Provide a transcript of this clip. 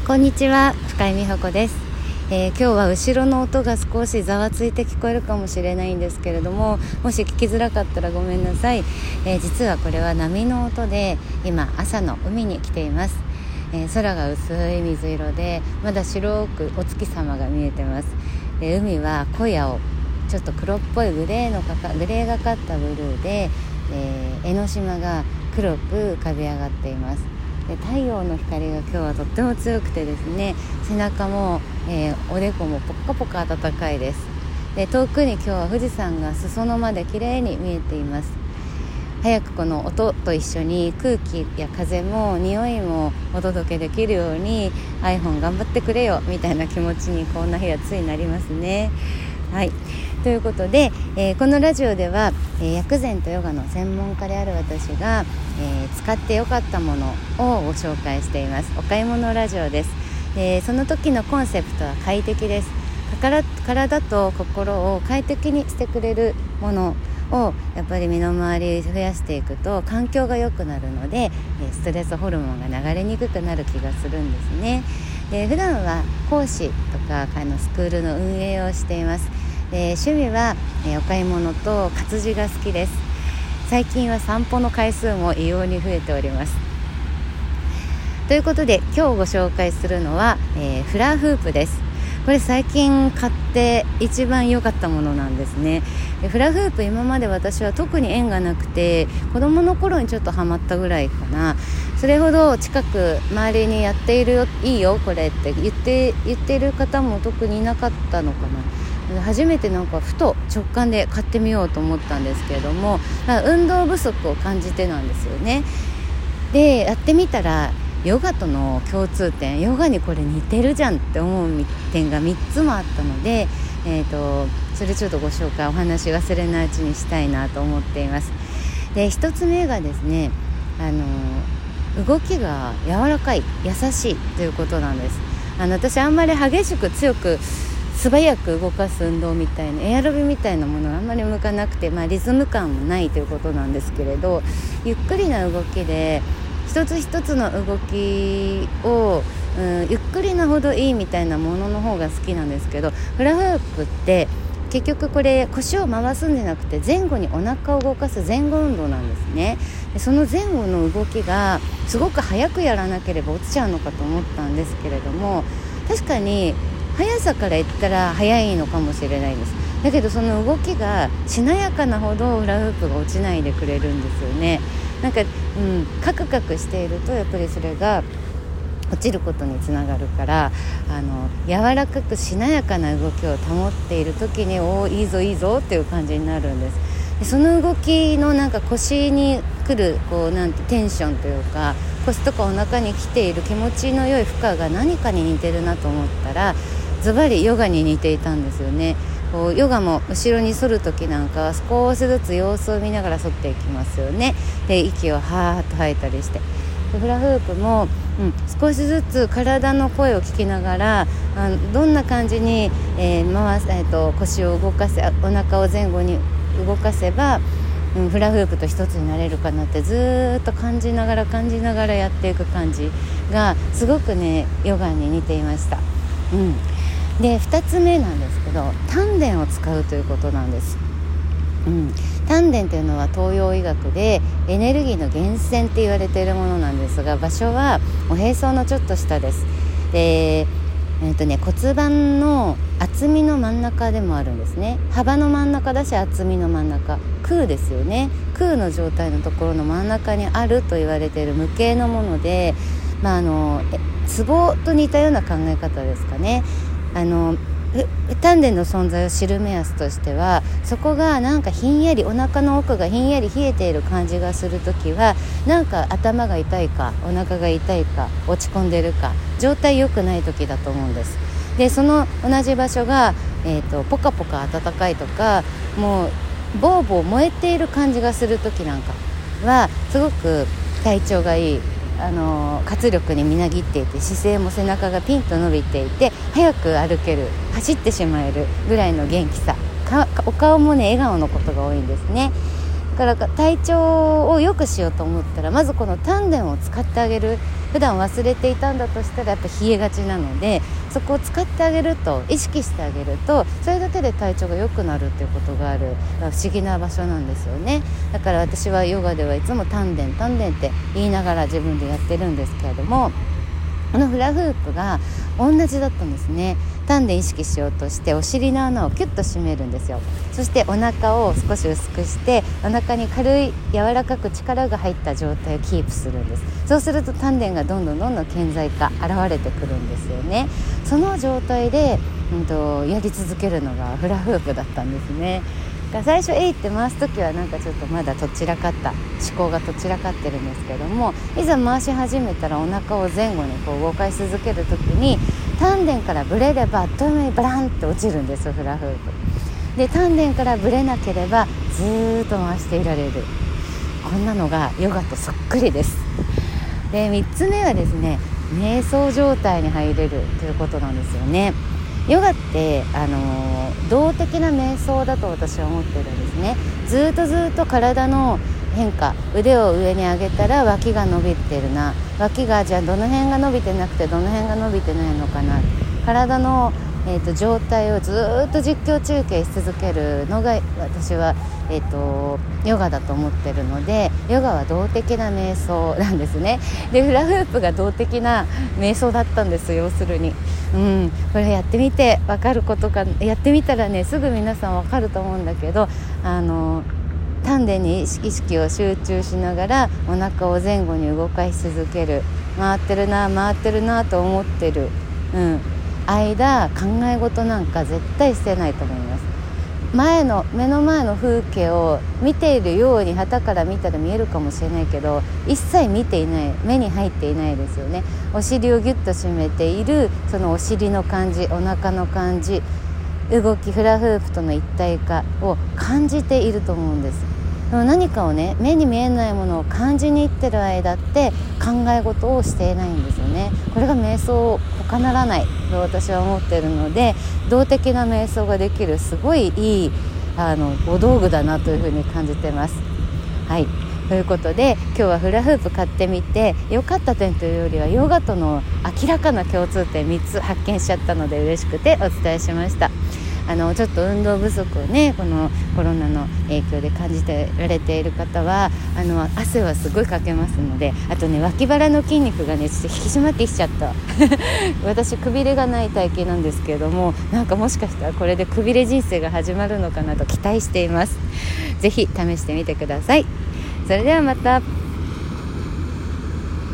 こんにちは、深井美穂子です。今日は後ろの音が少しざわついて聞こえるかもしれないんですけれども、もし聞きづらかったらごめんなさい。実はこれは波の音で、今朝の海に来ています。空が薄い水色で、まだ白くお月様が見えてます。海は濃い青、ちょっと黒っぽいグレーがかったブルーで、江ノ島が黒く浮かび上がっています。で、太陽の光が今日はとっても強くてですね、背中も、おでこもポッカポカ暖かいです。で、遠くに今日は富士山が裾野まで綺麗に見えています。早くこの音と一緒に空気や風も匂いもお届けできるように iPhone 頑張ってくれよみたいな気持ちにこんな日はついなりますね。はい、ということで、このラジオでは、薬膳とヨガの専門家である私が、使ってよかったものをご紹介しています。お買い物ラジオです。その時のコンセプトは快適です。体と心を快適にしてくれるものをやっぱり身の回り増やしていくと環境が良くなるので、ストレスホルモンが流れにくくなる気がするんですね。で、普段は講師とかスクールの運営をしています。趣味は、お買い物と活字が好きです。最近は散歩の回数も異様に増えております。ということで今日ご紹介するのは、フラフープです。これ最近買って一番良かったものなんですね。フラフープ、今まで私は特に縁がなくて、子供の頃にちょっとハマったぐらいかな。それほど近く周りにやっているよ、いいよこれって言っている方も特にいなかったのかな。初めてふと直感で買ってみようと思ったんですけれども、運動不足を感じてなんですよね。で、やってみたらヨガとの共通点、ヨガにこれ似てるじゃんって思う点が3つもあったので、それちょっとご紹介、お話忘れないうちにしたいなと思っています。で、1つ目がですね、動きが柔らかい、優しいということなんです。私あんまり激しく強く素早く動かす運動みたいな、エアロビみたいなものがあんまり向かなくて、リズム感もないということなんですけれど、ゆっくりな動きで一つ一つの動きを、ゆっくりなほどいいみたいなものの方が好きなんですけど、フラフープって結局これ腰を回すんじゃなくて前後にお腹を動かす前後運動なんですね。で、その前後の動きがすごく早くやらなければ落ちちゃうのかと思ったんですけれども、確かに速さから言ったら速いのかもしれないです。だけどその動きがしなやかなほどフラフープが落ちないでくれるんですよね。カクカクしているとやっぱりそれが落ちることにつながるから、柔らかくしなやかな動きを保っている時にいいぞいいぞっていう感じになるんです。で、その動きの腰に来るテンションというか、腰とかお腹に来ている気持ちの良い負荷が何かに似てるなと思ったら、ズバリヨガに似ていたんですよね。ヨガも後ろに反る時なんかは少しずつ様子を見ながら反っていきますよね。で、息をはーっと吐いたりして、でフラフープも、少しずつ体の声を聞きながら、どんな感じに、腰を動かせ、お腹を前後に動かせば、フラフープと一つになれるかなってずっと感じながらやっていく感じがすごくね、ヨガに似ていました。で、2つ目なんですけど、丹田を使うということなんです。丹田というのは東洋医学でエネルギーの源泉って言われているものなんですが、場所はおへそのちょっと下です。で、骨盤の厚みの真ん中でもあるんですね。幅の真ん中だし厚みの真ん中、空ですよね。空の状態のところの真ん中にあると言われている無形のもので、ツボと似たような考え方ですかね。丹田の存在を知る目安としては、そこがひんやり、お腹の奥がひんやり冷えている感じがするときは、頭が痛いかお腹が痛いか落ち込んでるか、状態良くない時だと思うんです。で、その同じ場所が、ポカポカ暖かいとか、もうボーボー燃えている感じがする時なんかはすごく体調がいい、活力にみなぎっていて、姿勢も背中がピンと伸びていて、早く歩ける、走ってしまえるぐらいの元気さ、お顔もね、笑顔のことが多いんですね。だから体調を良くしようと思ったら、まずこの丹田を使ってあげる。 普段忘れていたんだとしたらやっぱ冷えがちなので、そこを使ってあげると、意識してあげると、それだけで体調が良くなるっていうことがある不思議な場所なんですよね。だから私はヨガではいつも丹田って言いながら自分でやってるんですけれども、このフラフープが同じだったんですね。丹田意識しようとしてお尻の穴をキュッと締めるんですよ。そしてお腹を少し薄くして、お腹に軽い柔らかく力が入った状態をキープするんです。そうすると丹田がどんどん顕在化現れてくるんですよね。その状態で、やり続けるのがフラフープだったんですね。最初って回すときはなんかちょっとまだとちらかった思考がとちらかってるんですけども、いざ回し始めたらお腹を前後にこう動かし続けるときに、丹田からブレればあっという間にバランって落ちるんですよ、フラフープで。丹田からブレなければずーっと回していられる。こんなのがヨガとそっくりです。で、3つ目はですね、瞑想状態に入れるということなんですよね。ヨガって動的な瞑想だと私は思ってるんですね。ずっと体の変化、腕を上に上げたら脇が伸びてるな、脇がじゃあどの辺が伸びてなくてどの辺が伸びてないのかな、体の、状態をずっと実況中継し続けるのが私は、ヨガだと思ってるので、ヨガは動的な瞑想なんですね。で、フラフープが動的な瞑想だったんです。要するに、これやってみて分かることか、やってみたらねすぐ皆さん分かると思うんだけど、丹田に意識を集中しながらお腹を前後に動かし続ける、回ってるなと思ってる、間考え事なんか絶対してないと思います。目の前の風景を見ているように旗から見たら見えるかもしれないけど、一切見ていない、目に入っていないですよね。お尻をギュッと締めているそのお尻の感じ、お腹の感じ、動き、フラフープとの一体化を感じていると思うんです。でも何かをね、目に見えないものを感じにいってる間って考え事をしていないんですよね。これが瞑想他ならないと私は思っているので、動的な瞑想ができるすごいいいお道具だなというふうに感じてます。はい、ということで今日はフラフープ買ってみて良かった点というよりはヨガとの明らかな共通点3つ発見しちゃったので嬉しくてお伝えしました。ちょっと運動不足をね、このコロナの影響で感じてられている方は汗はすごいかけますので、あとね、脇腹の筋肉がねちょっと引き締まってきちゃった私くびれがない体型なんですけれども、なんかもしかしたらこれでくびれ人生が始まるのかなと期待しています。ぜひ試してみてください。それではまた。